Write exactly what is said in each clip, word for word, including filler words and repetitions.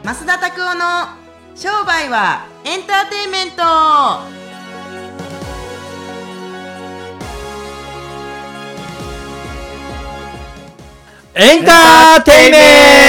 増田拓夫の商売はエンターテインメント。 エンターテインメ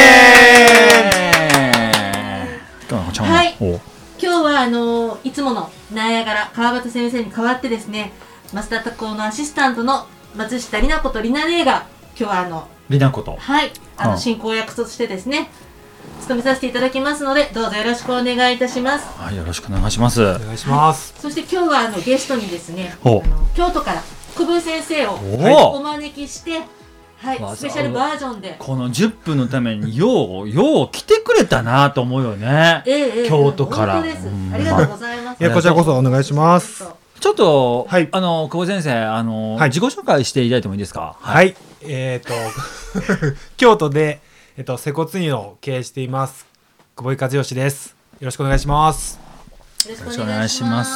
ント。 はい、今日はあのー、いつものナイアガラ川端先生に代わってですね、増田拓夫のアシスタントの松下里奈子と里奈姉が今日はあの里奈子とはいあの進行役としてですね務めさせていただきますので、どうぞよろしくお願いいたします。 はい、よろしくお願いします。 お願いします。 そして今日はあのゲストにですね、あの京都から久保先生をお招きして、はい、スペシャルバージョンでこのじゅっぷんのためにようよう来てくれたなと思うよね、 えーえー、 京都から。 本当です、ありがとうございます。 いや、こちらこそお願いします。 ちょっと、 はい、あの久保先生、あの、 はい、 自己紹介していただいてもいいですか。 はい、はい、えーと京都で、えーと、接骨院を経営しています久保井和義です。よろしくお願いします。 よろしくお願いします。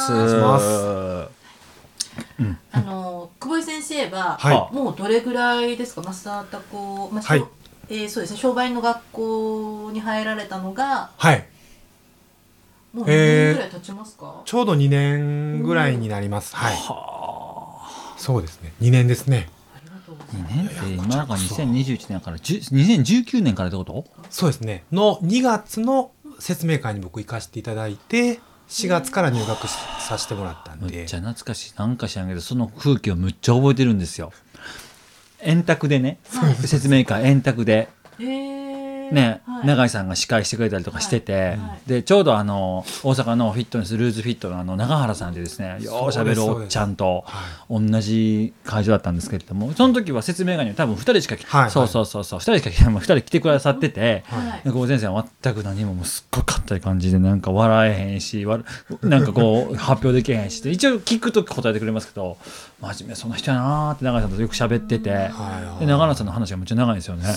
うん、あの久保井先生は、はい、もうどれぐらいですか、増田拓夫、まあはい、えー、そうですね、商売の学校に入られたのが、 はい、 もうにねんぐらい経ちますか。 えー、ちょうどにねんぐらいになります。はい、はそうですね、にねんですね。 にねんって今なんかにせんにじゅういちねんからにせんじゅうきゅうねんからってこと？ そうですねのにがつの説明会に僕行かせていただいて、しがつから入学させてもらったんで。 めっちゃ懐かしい。なんか知らんけどその空気をむっちゃ覚えてるんですよ。円卓でね、説明会円卓で、えーね、はい、永井さんが司会してくれたりとかしてて、はいはい、でちょうどあの大阪のフィットネスルーズフィットのあの永原さんでですね、ようしゃべるおっちゃんと同じ会場だったんですけれども、その時は説明会には多分ふたりしか来て、はいはい、そうそうそうそうふたりしか来て、ふたり来てくださってて、はい、久保先生は全く何ももうすっごかった感じで、なんか笑えへんし、なんかこう発表できへんし、一応聞くと答えてくれますけど、真面目その人やなーって永井さんとよく喋ってて、はい、で永原さんの話がめっちゃ長いんですよね。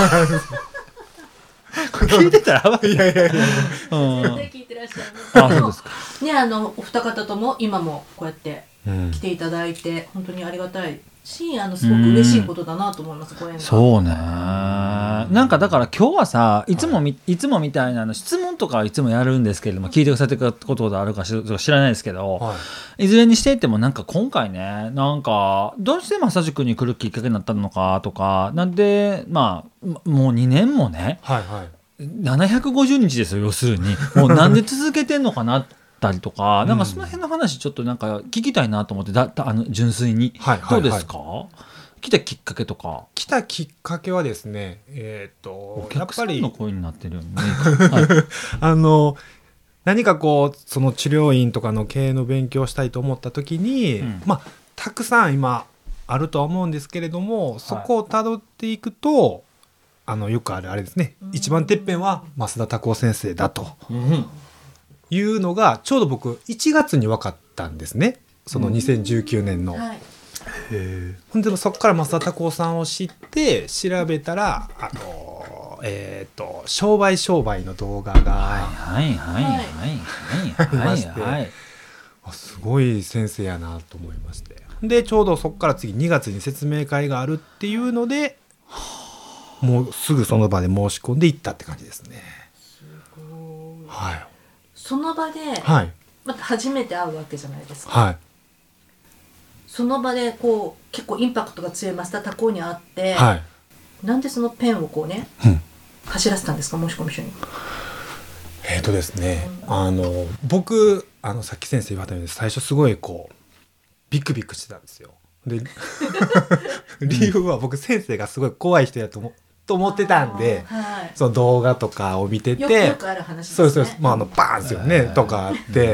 聞いてたらいやいやいや、 うん、絶対聞いてらっしゃる。 あ、そうですか。 ね、あのお二方とも今もこうやって来ていただいて、うん、本当にありがたいし、あのすごく嬉しいことだなと思います。ご縁が。 そうね。なんかだから今日はさ、いつもみ、いつもみたいなの質問とかはいつもやるんですけれども、聞いてくださってることがあるか知らないですけど、はい、いずれにしていてもなんか今回ね、なんかどうしてマッサージ君に来るきっかけになったのかとか、なんでまあもうにねんもね、はいはい、ななひゃくごじゅうにちですよ、要するに。もうなんで続けてんのかなったりとか、なんかその辺の話ちょっとなんか聞きたいなと思って、だあの純粋に、はいはいはい、どうですか？来たきっかけとか。 来たきっかけはですね、えー、とお客さんの声になってるよね。 はい、あの何かこうその治療院とかの経営の勉強をしたいと思った時に、うん、まあたくさん今あるとは思うんですけれども、そこをたどっていくと、はい、あのよくあるあれですね、一番てっぺんは増田拓夫先生だと、うん、いうのがちょうど僕いちがつに分かったんですね、そのにせんじゅうきゅうねんの、うんはい、へほんでそこから増田拓夫さんを知って調べたら、あのえっ、ー、と商売商売の動画がはいはいはいはいはいはい、 すごい先生やなと思いまして、でちょうどそこから次にがつに説明会があるっていうので、もうすぐその場で申し込んでいったって感じですね。 すごい、 はい、 その場で、 はい、 また初めて会うわけじゃないですか、 はい、 その場でこう結構インパクトが強い増田拓夫に会って、 はい、 なんでそのペンをこうね、うん、走らせたんですか、申し込み書に。 えーとですね、うん、あの僕あのさっき先生言われたように最初すごいこうビクビクしてたんですよ。で理由は僕先生がすごい怖い人やと思と思ってたんで、はい、その動画とかを見てて、 よくよくある話ですね。 そうそうそう、まあ、あのバーンですよね、えー、とかあって、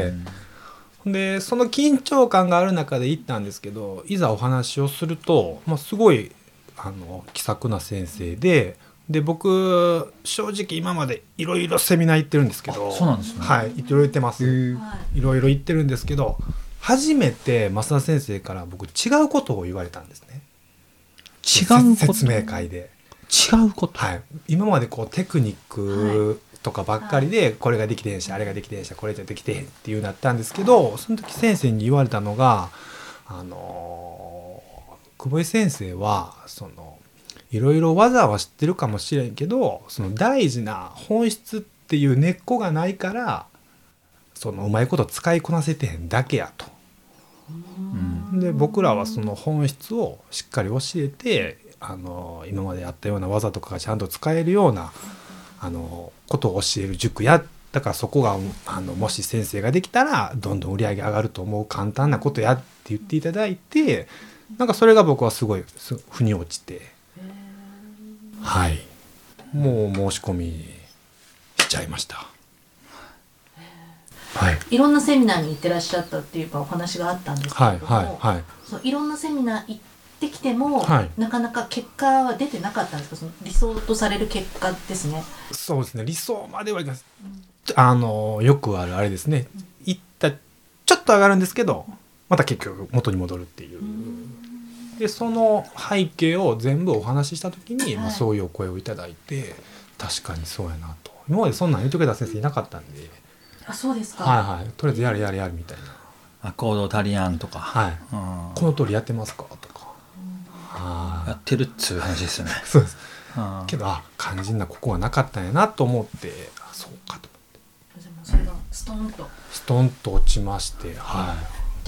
うん、でその緊張感がある中で行ったんですけど、いざお話をすると、まあ、すごいあの気さくな先生で、で僕正直今までいろいろセミナー行ってるんですけど、 そうなんですね、 はい、いろいろ行ってます、いろいろ行ってるんですけど、初めて増田先生から僕違うことを言われたんですね。 違うこと、 説明会で違うこと、 はい、今までこうテクニックとかばっかりで、これができてへんし、あれができてへんし、これじゃできてへんっていうなったんですけど、その時先生に言われたのが、あのー、久保井先生はそのいろいろ技は知ってるかもしれんけど、その大事な本質っっていう根っこがないからそのうまいこと使いこなせてへんだけやと。で僕らはその本質をしっかり教えてあの今までやったような技とかがちゃんと使えるようなあのことを教える塾やだからそこがあのもし先生ができたらどんどん売り上げ上がると思う簡単なことやって言っていただいてなんかそれが僕はすごい腑に落ちてはいもう申し込みしちゃいました。はい、 いろんなセミナーに行ってらっしゃったっていうかお話があったんですけれども、 はいはいはい、 そういろんなセミナー行ってきても、 はい、 なかなか結果は出てなかったんですか？その理想とされる結果ですね。 そうですね理想まではいきます、うん、あのよくあるあれですね、うん、行ったちょっと上がるんですけどまた結局元に戻るっていう、うん、でその背景を全部お話しした時に、はいまあ、そういうお声をいただいて確かにそうやなと今までそんなん言ってくれた先生いなかったんであそうですかはいはいとりあえずやれやれやれみたいなあ行動足りやんとか、 はいうん、 この通りやってますかとか、 うん、やってるっつう話ですよねそうです、 うん、 けどあ肝心なここはなかったんやなと思ってあそうかと思ってそれがストンとストンと落ちましてはい、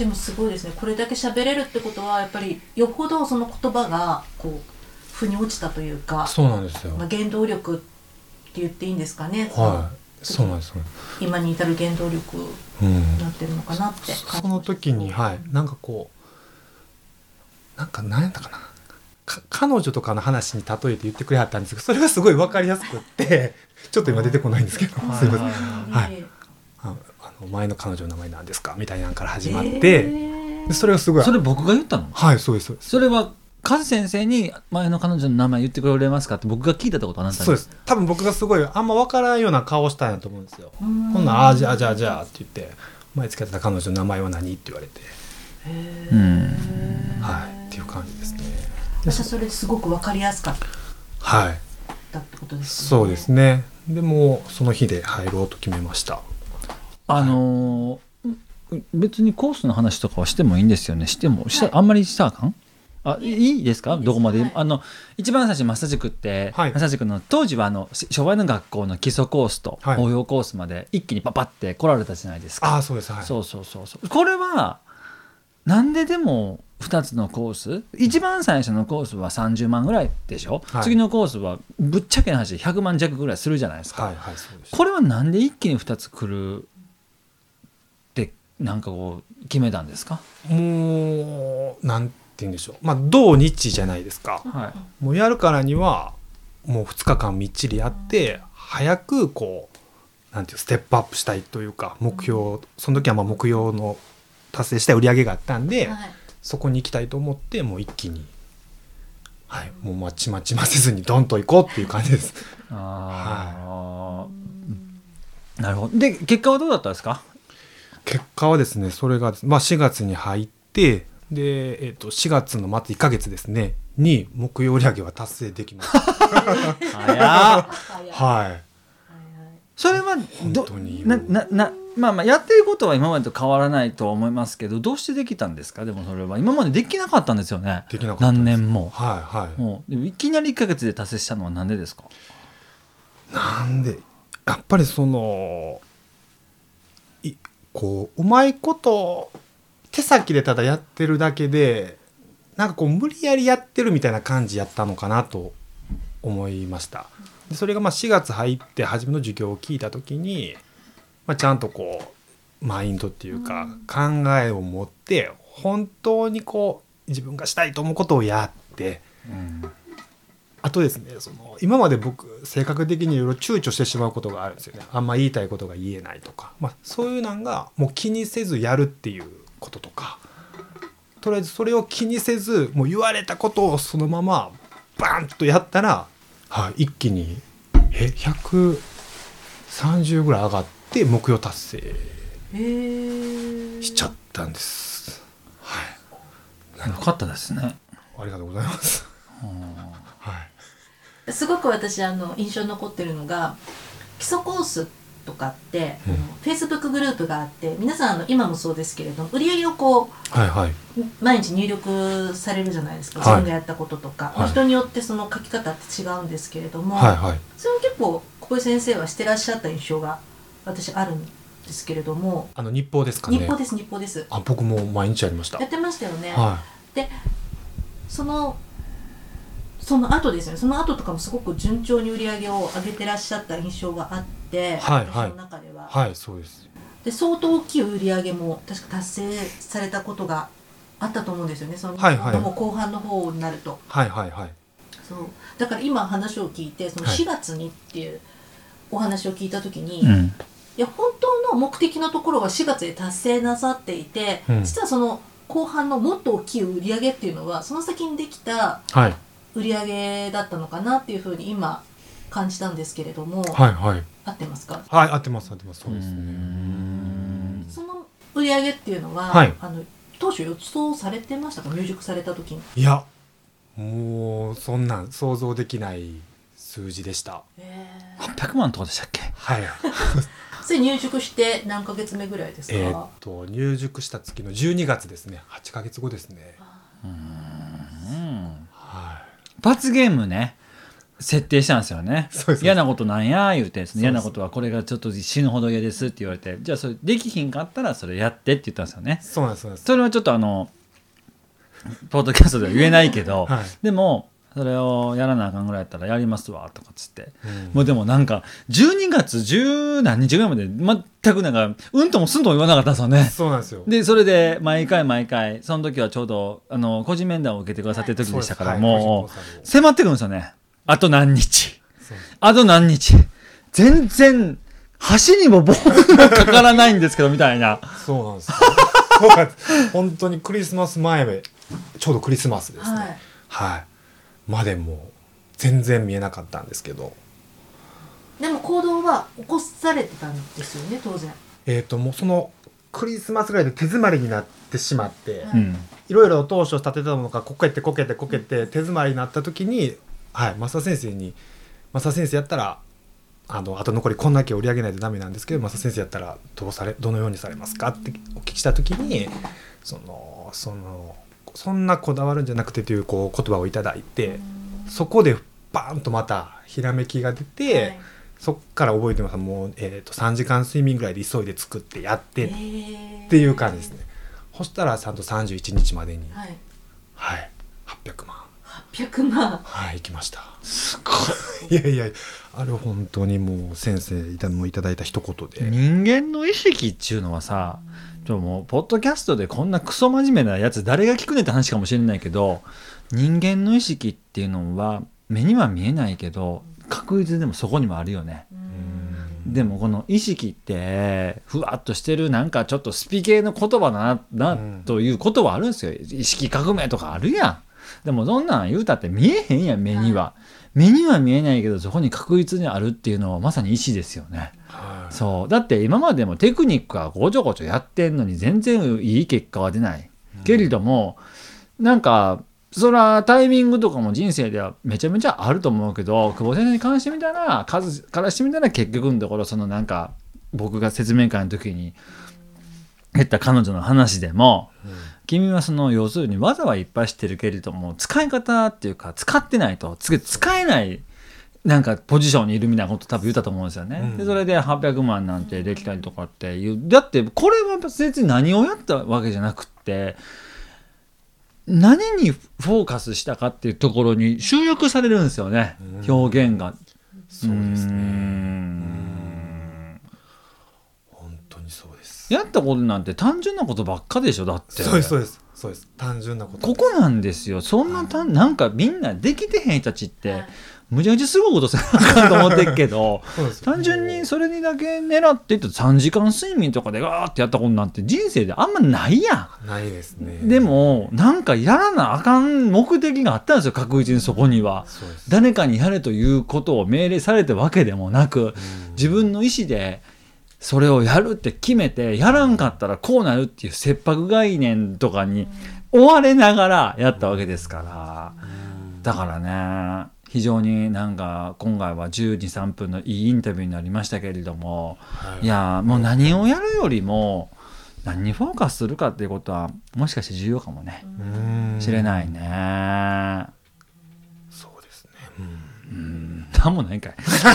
でもすごいですねこれだけ喋れるってことはやっぱりよほどその言葉がこう腑に落ちたというかそうなんですよ、 まあ、原動力って言っていいんですかねはいそうなんです今に至る原動力になってるのかなって、うん、 その時にはいなんかこうなんか何やったかなか彼女とかの話に例えて言ってくれはったんですけどそれがすごい分かりやすくってちょっと今出てこないんですけどすいませんはいああの前の彼女の名前なんですかみたいなのから始まって、えー、でそれがすごいそれ僕が言ったのはいそうですそうですそれはカズ先生に前の彼女の名前言ってくれますかって僕が聞いたってことは何だったんですか？ そうです多分僕がすごいあんま分からんような顔したんやと思うんですよ。ほんならあじゃあじゃあじゃあって言って前付き合ってた彼女の名前は何って言われてへーはいっていう感じですね。 私はそれすごく分かりやすかったはいだってことですね。 そうですねでもその日で入ろうと決めました。 あのー、別にコースの話とかはしてもいいんですよねしてもした、はい、あんまりしたらあかんあいいですかどこまで、はい、あの一番最初マッサージ塾って、はい、マッサージ塾の当時はあの昭和の学校の基礎コースと応用コースまで一気にパパって来られたじゃないですか。 あそうです、はい、 そうそうそうそうこれはなんででもふたつのコース一番最初のコースはさんじゅうまんぐらいでしょ、はい、次のコースはぶっちゃけな話ひゃくまん弱ぐらいするじゃないですか、 はいはい、そうです。 これはなんで一気にふたつ来るってなんかこう決めたんですか？ もうなんって言うんでしょう、まあ同日じゃないですか、はい、もうやるからにはもうふつかかんみっちりやって早くこうなんていうステップアップしたいというか目標その時はまあ目標の達成したい売り上げがあったんで、はい、そこに行きたいと思ってもう一気に、はい、もうまちまちませずにドンと行こうっていう感じです。 あ、はい、なるほど。で結果はどうだったんですか？ 結果はですねそれが、まあ、しがつに入ってで、えー、としがつの末いっかげつですねに目標売り上げは達成できました早っはい。 それはどななな、まあ、まあやってることは今までと変わらないとは思いますけどどうしてできたんですか？でもそれは今までできなかったんですよね。 できなかったです何年も、 はいはい、 もういきなりいっかげつで達成したのはなんでですか？ なんでやっぱりそのいこううまいこと手先でただやってるだけでなんかこう無理やりやってるみたいな感じやったのかなと思いました。でそれがまあしがつ入って初めの授業を聞いた時に、まあ、ちゃんとこうマインドっていうか考えを持って本当にこう自分がしたいと思うことをやって、うん、あとですねその今まで僕性格的にいろいろ躊躇してしまうことがあるんですよね。あんま言いたいことが言えないとか、まあ、そういうのがもう気にせずやるっていうこととかとりあえずそれを気にせずもう言われたことをそのままバンとやったら、はい、一気にえひゃくさんじゅうぐらい上がって目標達成しちゃったんです。はい、 よかったですね。 ありがとうございます。 はい、すごく私あの印象に残ってるのが基礎コースとかって、うん、フェイスブックグループがあって皆さんあの今もそうですけれども売り上げをこう、 はいはい、 毎日入力されるじゃないですか、はい、自分がやったこととか、はい、人によってその書き方って違うんですけれども、 はいはい、 それを結構小林先生はしてらっしゃった印象が私あるんですけれども。 あの日報ですかね。 日報です日報です。 あ、僕も毎日やりました。 やってましたよね、 はい、 でそのその後ですよね。その後とかもすごく順調に売り上げを上げてらっしゃった印象があって、 はいはい、 私の中でははい、そうです。 で相当大きい売り上げも確か達成されたことがあったと思うんですよね。その、はいはい、もう後半の方になると、 はいはいはい、 そうだから今話を聞いてそのしがつにっていうお話を聞いた時に、 はい、 いや本当の目的のところはしがつで達成なさっていて、うん、実はその後半のもっと大きい売り上げっていうのはその先にできた売り上げだったのかなっていうふうに今感じたんですけれども、 はいはい、 合ってますか？ はい、合ってます合ってます。そうですね。 その売り上げっていうのは、はい、あの当初予想されてましたか？入塾された時に。 いやもうそんなん想像できない数字でした。 はっぴゃくまんとかでしたっけ？ はいそれ入塾して何ヶ月目ぐらいですか？ えー、っと入塾した月のじゅうにがつですね。はちかげつごですね。 うーん、はい、罰ゲームね設定したんですよね。嫌なことなんや言うて、その嫌なことはこれがちょっと死ぬほど嫌ですって言われて、じゃあそれできひんかったらそれやってって言ったんですよね。 そうなんですそうなんです。 それはちょっとあのポッドキャストでは言えないけど、はい、でもそれをやらなあかんぐらいやったらやりますわとかっつって、うん、もうでもなんかじゅうにがつじゅう何日ぐらいまで全くなんかうんともすんとも言わなかったんですよね。 そうなんですよ。 でそれで毎回毎回その時はちょうどあの個人面談を受けてくださってる時でしたから、はい、もう迫ってくるんですよね。あと何日あと何日全然箸にも棒もかからないんですけどみたいな。 そうなんですよ本当にクリスマス前ちょうどクリスマスですね、はい、はい、までも全然見えなかったんですけど、 でも行動は起こされてたんですよね当然。 えっともうそのクリスマスぐらいで手詰まりになってしまって、はい、いろいろ当初立てたものがこけてこけてこけて手詰まりになった時に、はい、増田先生に増田先生やったらあのあと残りこんだけ売り上げないとダメなんですけど、増田先生やったらどうされどのようにされますかってお聞きした時に、そのそのそんなこだわるんじゃなくてというこう言葉をいただいて、そこでバーンとまたひらめきが出て、はい、そっから覚えてます。もう、えー、とさんじかん睡眠ぐらいで急いで作ってやってっていう感じですね。そしたらちゃんとさんじゅういちにちまでに、はいはい、はっぴゃくまんはっぴゃくまんはい行きました。すごいいやいやあれ本当にもう先生いたのいただいた一言で、 人間の意識っていうのはさ、ちょもうポッドキャストでこんなクソ真面目なやつ誰が聞くねって話かもしれないけど、人間の意識っていうのは目には見えないけど確実でもそこにもあるよね。でもこの意識ってふわっとしてるなんかちょっとスピ系の言葉だな、なということはあるんですよ。意識革命とかあるやん。でもどんなん言うたって見えへんやん目には。目には見えないけどそこに確実にあるっていうのはまさに意志ですよね。はい、そうだって今までもテクニックはごちょごちょやってんのに全然いい結果は出ない、うん、けれどもなんかそらタイミングとかも人生ではめちゃめちゃあると思うけど、久保先生に関してみたら数からしてみたら結局のところそのなんか僕が説明会の時に言った彼女の話でも、うん、君はその要するに技はいっぱい知ってるけれども使い方っていうか使ってないと次使えないなんかポジションにいるみたいなこと多分言ったと思うんですよね、うん、でそれではっぴゃくまんなんてできたりとかっていうだってこれは別に何をやったわけじゃなくって何にフォーカスしたかっていうところに集約されるんですよね、うん、表現が。 そうですね、うん、本当にそうです。 やったことなんて単純なことばっかでしょ。だってそうですそうですそうです単純なことここなんですよ。そんなた、はい、なんかみんなできてへん人たちって、はい、むちゃくちゃすごいことせなあかんと思ってるけど単純にそれにだけ狙っていってさんじかん睡眠とかでガーってやったことなんて人生であんまないやん。ないですね。 でもなんかやらなあかん目的があったんですよ確実にそこには。誰かにやれということを命令されたわけでもなく、自分の意思でそれをやるって決めてやらんかったらこうなるっていう切迫概念とかに追われながらやったわけですから。だからね非常になんか今回はじゅうに、さんぷんのいいインタビューになりましたけれども、はい、いやもう何をやるよりも何にフォーカスするかっていうことはもしかして重要かもねしれないね。 そうですね、 うんうんなんもないんかい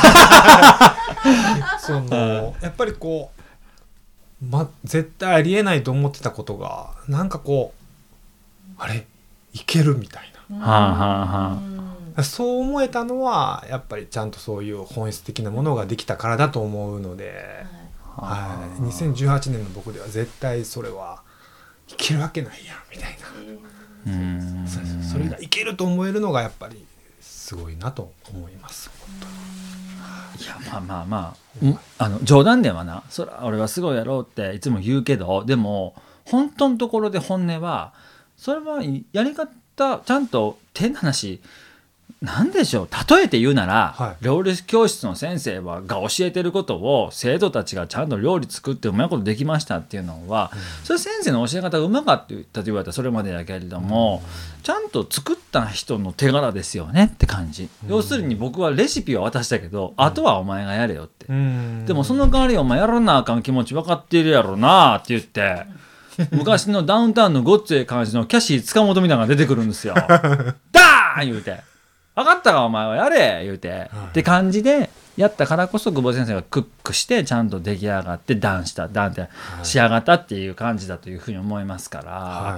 そのやっぱりこう、ま、絶対ありえないと思ってたことがなんかこうあれいけるみたいな、 はあはあはあ、そう思えたのはやっぱりちゃんとそういう本質的なものができたからだと思うので、はい、にせんじゅうはちねんの僕では絶対それはいけるわけないやんみたいな、うん、そ, それがいけると思えるのがやっぱりすごいなと思います。 いやまあまあまあ、あの冗談ではな、そら俺はすごいやろうっていつも言うけど、でも本当のところで本音はそれはやり方ちゃんと手の話なんでしょう、例えて言うなら、はい、料理教室の先生はが教えてることを生徒たちがちゃんと料理作ってうまいことできましたっていうのは、うん、それ先生の教え方がうまかったと言われたらそれまでやけれども、うん、ちゃんと作った人の手柄ですよねって感じ、うん、要するに僕はレシピは渡したけど、うん、あとはお前がやれよって、うん、でもその代わりお前やらなあかん気持ち分かっているやろなって言って昔のダウンタウンのごっつええ感じのキャシー塚本みたいなのが出てくるんですよダーン言うて分かったかお前はやれ言うて、はい、って感じでやったからこそ久保先生がクックしてちゃんと出来上がってダンしたダンって仕上がったっていう感じだというふうに思いますから、はい、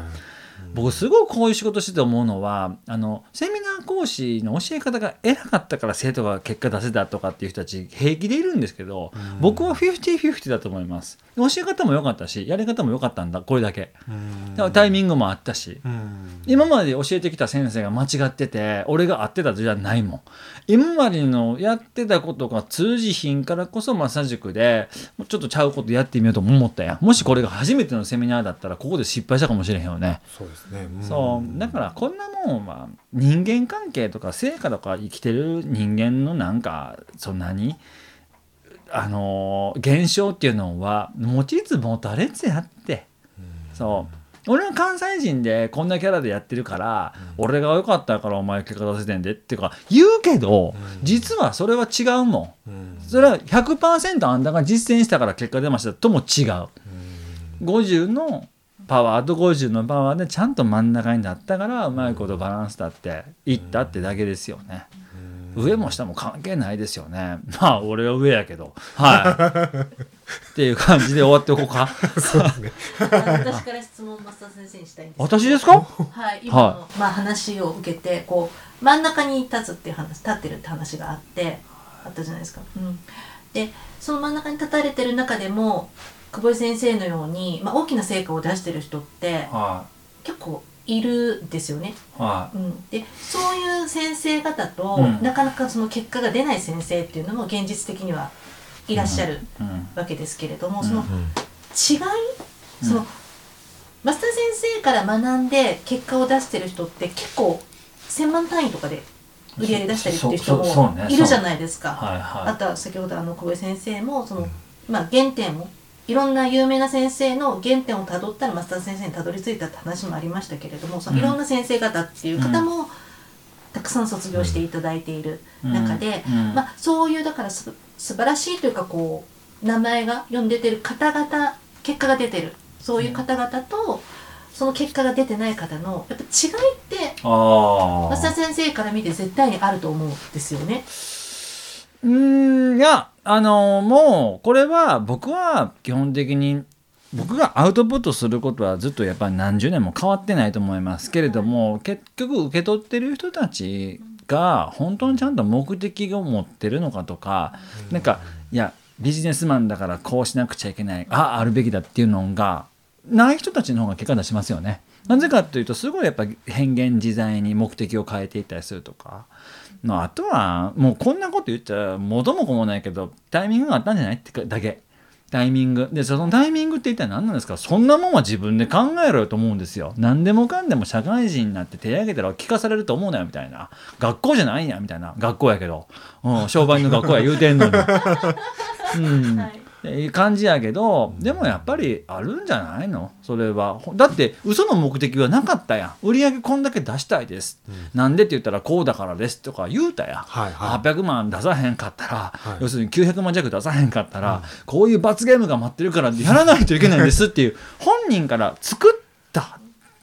僕すごくこういう仕事してて思うのは、あのセミナー講師の教え方が偉かったから生徒が結果出せたとかっていう人たち平気でいるんですけど、うん、僕はフィフティフィフティだと思います。教え方も良かったしやり方も良かったんだ、これだけ、うん、だからタイミングもあったし、うん、今まで教えてきた先生が間違ってて俺が合ってたじゃないもん。今までのやってたことが通じひんからこそマッサージ塾でちょっとちゃうことやってみようと思ったやん。もしこれが初めてのセミナーだったらここで失敗したかもしれへんよね。 そうですね、うん、 そうだからこんなもんは人間関係とか成果とか生きてる人間のなんかそんなにあのー、現象っていうのは持ちつ持たれつやって、うん、そう俺は関西人でこんなキャラでやってるから、うん、俺が良かったからお前結果出せてんでっていうか言うけど、うん、実はそれは違うもん、うん、それは ひゃくパーセント あんたが実践したから結果出ましたとも違う、うん、ごじゅうのパワーとごじゅうのパワーでちゃんと真ん中になったからうまいことバランスだっていったってだけですよね。上も下も関係ないですよね。まあ俺は上やけどはいっていう感じで終わっておこうかそうですね私から質問を増田先生にしたいんですけど。 私ですか？ はい今の、はい、まあ、話を受けてこう真ん中に立つっていう話立ってるって話があってあったじゃないですか、うん、でその真ん中に立たれてる中でも久保井先生のように、まあ、大きな成果を出してる人って、はい、結構いるんですよね、はいうん、でそういう先生方と、うん、なかなかその結果が出ない先生っていうのも現実的にはいらっしゃるわけですけれども、うんうん、その違い、うん、その増田先生から学んで結果を出してる人って結構せんまん単位とかで売り上げ出したりっていう人もいるじゃないですか、はいはい、あとは先ほどあの小林先生もその、まあ、原点をいろんな有名な先生の原点をたどったら増田先生にたどり着いたって話もありましたけれども、そのいろんな先生方っていう方もたくさん卒業していただいている中で、うんうんまあ、そういうだからす素晴らしいというかこう名前が読んでてる方々結果が出てるそういう方々とその結果が出てない方のやっぱ違いって増田先生から見て絶対にあると思うんですよね。 うーんいやあのもうこれは僕は基本的に僕がアウトプットすることはずっとやっぱり何十年も変わってないと思いますけれども、結局受け取ってる人たちが本当にちゃんと目的を持ってるのかとか、なんかいやビジネスマンだからこうしなくちゃいけないああるべきだっていうのがない人たちの方が結果出しますよね。なぜかというとすごいやっぱ変幻自在に目的を変えていったりするとか、まあ、あとはもうこんなこと言っちゃ元も子もないけどタイミングがあったんじゃないってだけタイミングで、そのタイミングって一体何なんですか。そんなもんは自分で考えろよと思うんですよ。何でもかんでも社会人になって手挙げたら聞かされると思うなよみたいな、学校じゃないんやみたいな、学校やけど、うん、商売の学校や言うてんのにうんはいいい感じやけど、でもやっぱりあるんじゃないのそれは。だって嘘の目的はなかったやん。売上こんだけ出したいです、うん、なんでって言ったらこうだからですとか言うたやん、はいはい、はっぴゃくまん出さへんかったら、はい、要するにきゅうひゃくまん弱出さへんかったら、うん、こういう罰ゲームが待ってるからやらないといけないんですっていう本人から作った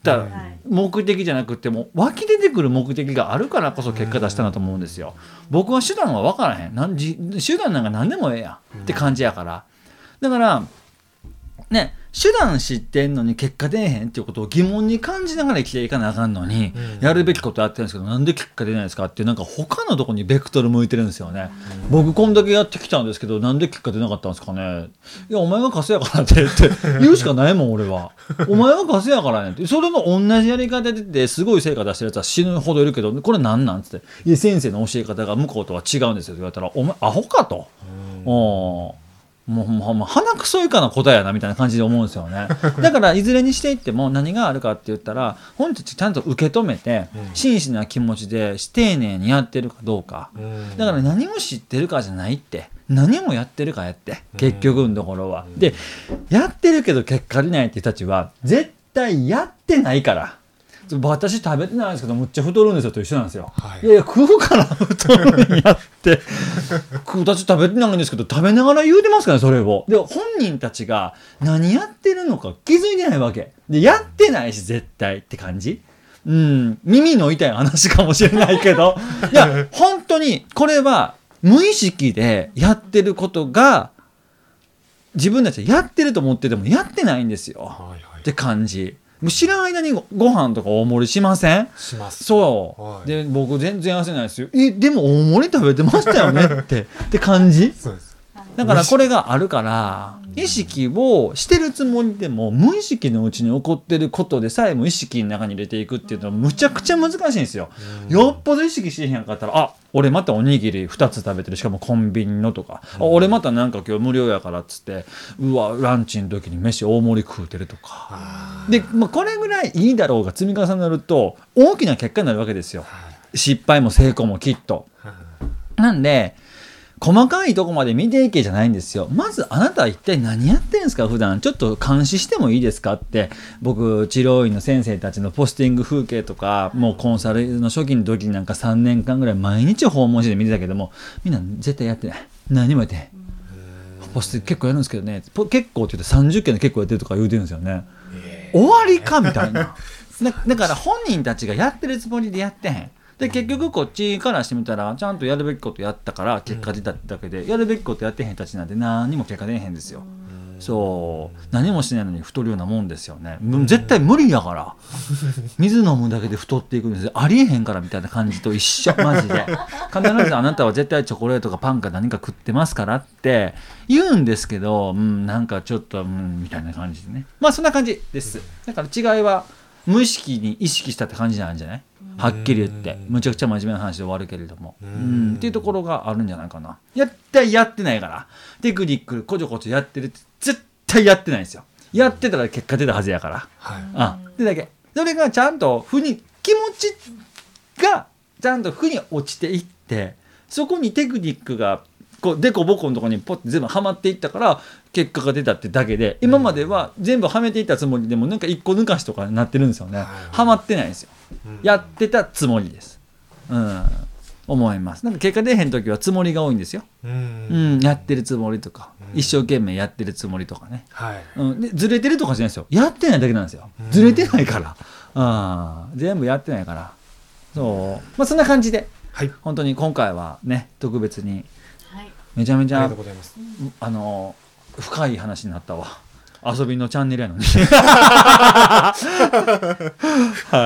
だから目的じゃなくても湧き出てくる目的があるからこそ結果出したなと思うんですよ。僕は手段は分からへんなんじ手段なんか何でもええやんって感じやから。だからね、手段知ってんのに結果出えへんっていうことを疑問に感じながら生きていかなあかんのに、うん、やるべきことやってるんですけどなんで結果出ないんですかってなんか他のとこにベクトル向いてるんですよね、うん、僕こんだけやってきたんですけどなんで結果出なかったんですかね。いやお前がカスやからってって言うしかないもん俺は。お前がカスやからねってそれの同じやり方でですごい成果出してるやつは死ぬほどいるけどこれなんなんつっていや先生の教え方が向こうとは違うんですよって言われたらお前アホかと、うん、おもうもう鼻くそ以下の答えやなみたいな感じで思うんですよね。だからいずれにしていっても何があるかって言ったら本人たちちゃんと受け止めて、うん、真摯な気持ちで丁寧にやってるかどうか、うん、だから何を知ってるかじゃないって何もやってるかやって結局のところは、うん、でやってるけど結果出ないって人たちは絶対やってないから私食べてないんですけどむっちゃ太るんですよと一緒なんですよ、はい、いやいや食うから太るんやって私食べてないんですけど食べながら言うてますからねそれを。で本人たちが何やってるのか気づいてないわけでやってないし絶対って感じ。うん耳の痛い話かもしれないけどいや本当にこれは無意識でやってることが自分たちやってると思っててもやってないんですよ、はいはい、って感じ。知らん間に ご, ご飯とか大盛りしません？ します。 そう、はい、で僕全然痩せないですよ。えでも大盛り食べてましたよねってって感じ。そうです。だからこれがあるから意識をしてるつもりでも無意識のうちに起こってることでさえも意識の中に入れていくっていうのはむちゃくちゃ難しいんですよ。よっぽど意識してへんかったらあ俺またおにぎりふたつ食べてるしかもコンビニのとか、うん、あ俺またなんか今日無料やからっつってうわランチの時に飯大盛り食うてるとかで、まあ、これぐらいいいだろうが積み重なると大きな結果になるわけですよ。失敗も成功もきっと。なんで細かいとこまで見ていけじゃないんですよ。まずあなたは一体何やってんですか普段ちょっと監視してもいいですかって僕治療院の先生たちのポスティング風景とかもうコンサルの初期の時になんかさんねんかんぐらい毎日訪問して見てたけどもみんな絶対やってない何もやってないポスティング結構やるんですけどね結構って言ってさんじゅっけんで結構やってるとか言うてるんですよね。終わりかみたいなだから本人たちがやってるつもりでやってへんで結局こっちからしてみたらちゃんとやるべきことやったから結果出たってだけで、うん、やるべきことやってへん人たちなんて何にも結果出へんですよ。そう何もしてないのに太るようなもんですよね。絶対無理やから水飲むだけで太っていくんですよ。ありえへんからみたいな感じと一緒マジで必ずあなたは絶対チョコレートかパンか何か食ってますからって言うんですけど、うん、なんかちょっと、うん、みたいな感じでねまあそんな感じです。だから違いは無意識に意識したって感じなんじゃないはっきり言ってむちゃくちゃ真面目な話で終わるけれどもうんうんっていうところがあるんじゃないかな。やったやってないからテクニックこちょこちょやってるって絶対やってないんですよ。やってたら結果出たはずやから、はい、あでだけそれがちゃんと負に気持ちがちゃんと負に落ちていってそこにテクニックがこうデコボコのところにポッて全部はまっていったから結果が出たってだけで今までは全部はめていったつもりでもなんか一個抜かしとかになってるんですよね。はまってないんですよ。やってたつもりです、うん、思います。なんか結果出へん時はつもりが多いんですよ、うんうん、やってるつもりとか、うん、一生懸命やってるつもりとかね、はいうん、でずれてるとかじゃないですよ。やってないだけなんですよ。ずれてないからあ全部やってないからそう、まあ、そんな感じで、はい、本当に今回はね特別にめちゃめちゃ あ, あの深い話になったわ。遊びのチャンネルやのにはい、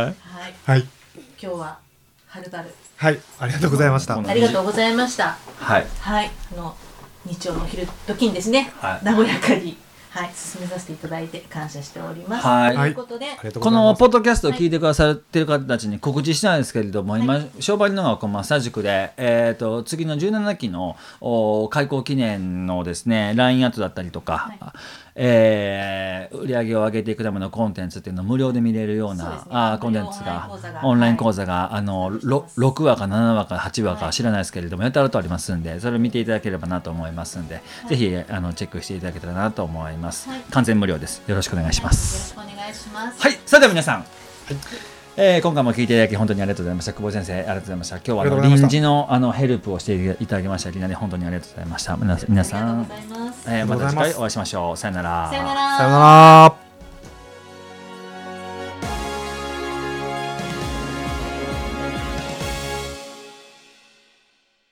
はい、今日ははるばるはいありがとうございました。 ありがとうございましたはい、はい、 あの日曜の昼時にですね、はい、和やかにはい進めさせていただいて感謝しております、はい、ということでこのポッドキャストを聞いてくださっている方たちに告知したんですけれども、はい、今商売の学校マッサージ塾で、えー、と次のじゅうななきの開校記念のですね ライン アットだったりとか、はいえー、売り上げを上げていくためのコンテンツっていうのを無料で見れるようなう、ね、あコンテンツがオンライン講座が、はい、あの ろくわかななわかはちわか知らないですけれども、はい、やたらとありますんでそれを見ていただければなと思いますんで、はい、ぜひあのチェックしていただけたらなと思います、はい、完全無料です。よろしくお願いします、 はい、よろしくお願いします。 はい、それでは皆さん、はいえー、今回も聞いていただき本当にありがとうございました。久保先生ありがとうございました。今日はあの臨時のあのヘルプをしていただきましたりなり本当にありがとうございました。皆さん、えー、また次回お会いしましょう。さよなら。 さよなら。 さよなら。